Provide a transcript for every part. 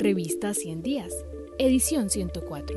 Revista 100 días, edición 104.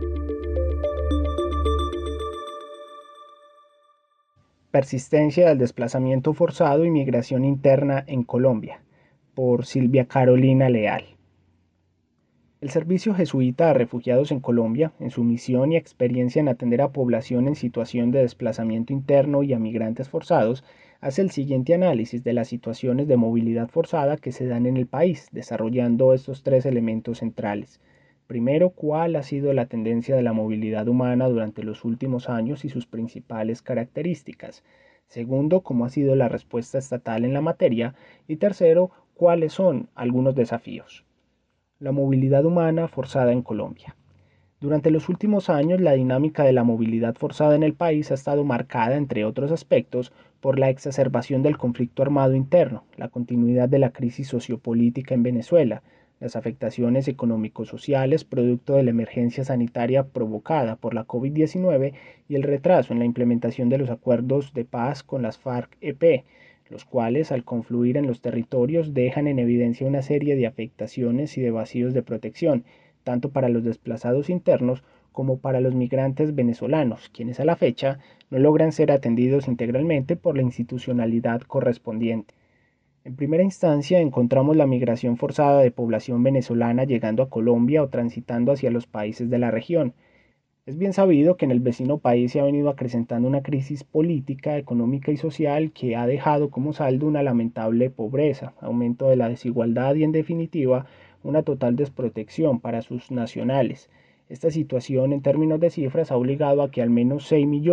Persistencia del desplazamiento forzado y migración interna en Colombia, por Silvia Carolina Leal. El Servicio Jesuita a Refugiados en Colombia, en su misión y experiencia en atender a población en situación de desplazamiento interno y a migrantes forzados, hace el siguiente análisis de las situaciones de movilidad forzada que se dan en el país, desarrollando estos tres elementos centrales. Primero, cuál ha sido la tendencia de la movilidad humana durante los últimos años y sus principales características. Segundo, cómo ha sido la respuesta estatal en la materia. Y tercero, cuáles son algunos desafíos. La movilidad humana forzada en Colombia. Durante los últimos años, la dinámica de la movilidad forzada en el país ha estado marcada, entre otros aspectos, por la exacerbación del conflicto armado interno, la continuidad de la crisis sociopolítica en Venezuela, las afectaciones económico-sociales producto de la emergencia sanitaria provocada por la COVID-19 y el retraso en la implementación de los acuerdos de paz con las FARC-EP, los cuales, al confluir en los territorios, dejan en evidencia una serie de afectaciones y de vacíos de protección, tanto para los desplazados internos como para los migrantes venezolanos, quienes a la fecha no logran ser atendidos integralmente por la institucionalidad correspondiente. En primera instancia encontramos la migración forzada de población venezolana llegando a Colombia o transitando hacia los países de la región. Es bien sabido que en el vecino país se ha venido acrecentando una crisis política, económica y social que ha dejado como saldo una lamentable pobreza, aumento de la desigualdad y, en definitiva, una total desprotección para sus nacionales. Esta situación, en términos de cifras, ha obligado a que al menos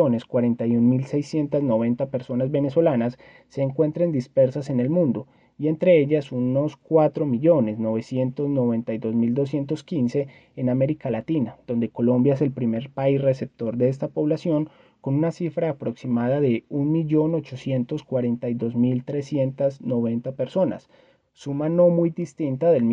6.041.690 personas venezolanas se encuentren dispersas en el mundo, y entre ellas unos 4.992.215 en América Latina, donde Colombia es el primer país receptor de esta población, con una cifra aproximada de 1.842.390 personas, suma no muy distinta del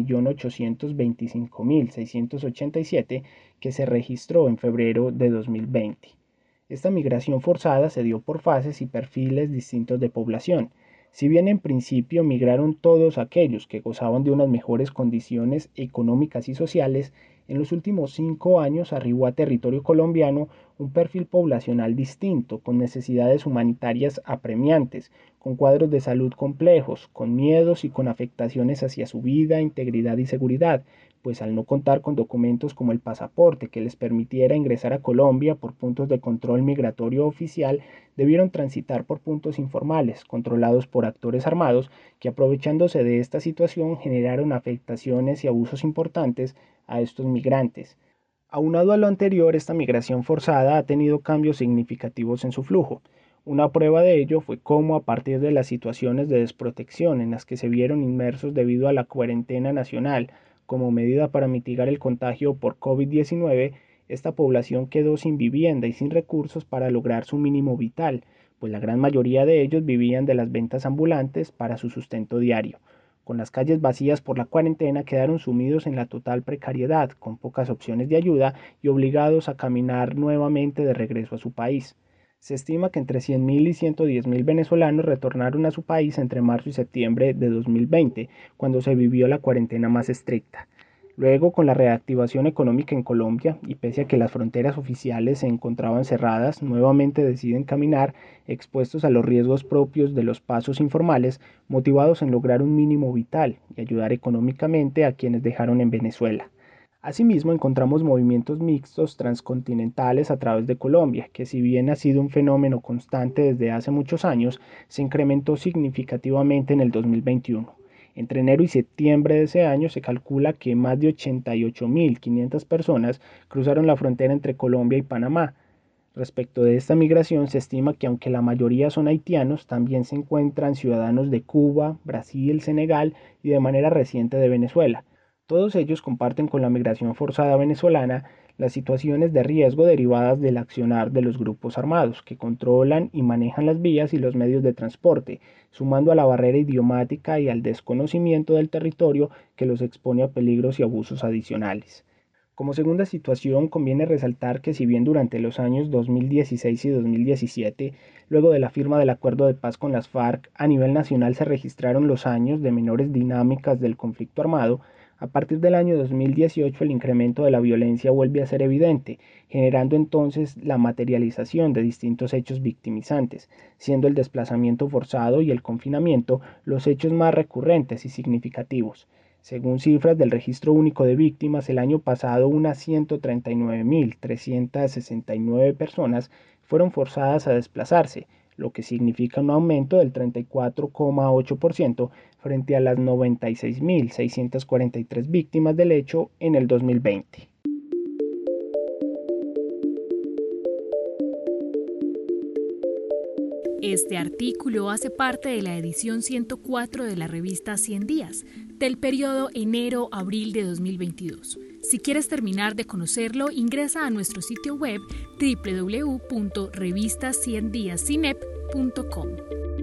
1.825.687 que se registró en febrero de 2020. Esta migración forzada se dio por fases y perfiles distintos de población. Si bien en principio migraron todos aquellos que gozaban de unas mejores condiciones económicas y sociales, en los últimos 5 años arribó a territorio colombiano un perfil poblacional distinto, con necesidades humanitarias apremiantes, con cuadros de salud complejos, con miedos y con afectaciones hacia su vida, integridad y seguridad, pues al no contar con documentos como el pasaporte que les permitiera ingresar a Colombia por puntos de control migratorio oficial, debieron transitar por puntos informales, controlados por actores armados, que aprovechándose de esta situación generaron afectaciones y abusos importantes a estos migrantes. Aunado a lo anterior, esta migración forzada ha tenido cambios significativos en su flujo. Una prueba de ello fue cómo, a partir de las situaciones de desprotección en las que se vieron inmersos debido a la cuarentena nacional como medida para mitigar el contagio por COVID-19, esta población quedó sin vivienda y sin recursos para lograr su mínimo vital, pues la gran mayoría de ellos vivían de las ventas ambulantes para su sustento diario. Con las calles vacías por la cuarentena, quedaron sumidos en la total precariedad, con pocas opciones de ayuda y obligados a caminar nuevamente de regreso a su país. Se estima que entre 100.000 y 110.000 venezolanos retornaron a su país entre marzo y septiembre de 2020, cuando se vivió la cuarentena más estricta. Luego, con la reactivación económica en Colombia, y pese a que las fronteras oficiales se encontraban cerradas, nuevamente deciden caminar, expuestos a los riesgos propios de los pasos informales, motivados en lograr un mínimo vital y ayudar económicamente a quienes dejaron en Venezuela. Asimismo, encontramos movimientos mixtos transcontinentales a través de Colombia, que si bien ha sido un fenómeno constante desde hace muchos años, se incrementó significativamente en el 2021. Entre enero y septiembre de ese año se calcula que más de 88.500 personas cruzaron la frontera entre Colombia y Panamá. Respecto de esta migración, se estima que aunque la mayoría son haitianos, también se encuentran ciudadanos de Cuba, Brasil, Senegal y de manera reciente de Venezuela. Todos ellos comparten con la migración forzada venezolana las situaciones de riesgo derivadas del accionar de los grupos armados, que controlan y manejan las vías y los medios de transporte, sumando a la barrera idiomática y al desconocimiento del territorio que los expone a peligros y abusos adicionales. Como segunda situación, conviene resaltar que si bien durante los años 2016 y 2017, luego de la firma del acuerdo de paz con las FARC, a nivel nacional se registraron los años de menores dinámicas del conflicto armado, A partir del año 2018 el incremento de la violencia vuelve a ser evidente, generando entonces la materialización de distintos hechos victimizantes, siendo el desplazamiento forzado y el confinamiento los hechos más recurrentes y significativos. Según cifras del Registro Único de Víctimas, el año pasado unas 139.369 personas fueron forzadas a desplazarse, lo que significa un aumento del 34,8% frente a las 96.643 víctimas del hecho en el 2020. Este artículo hace parte de la edición 104 de la revista 100 días, del periodo enero-abril de 2022. Si quieres terminar de conocerlo, ingresa a nuestro sitio web www.revistaciendiascinep.com.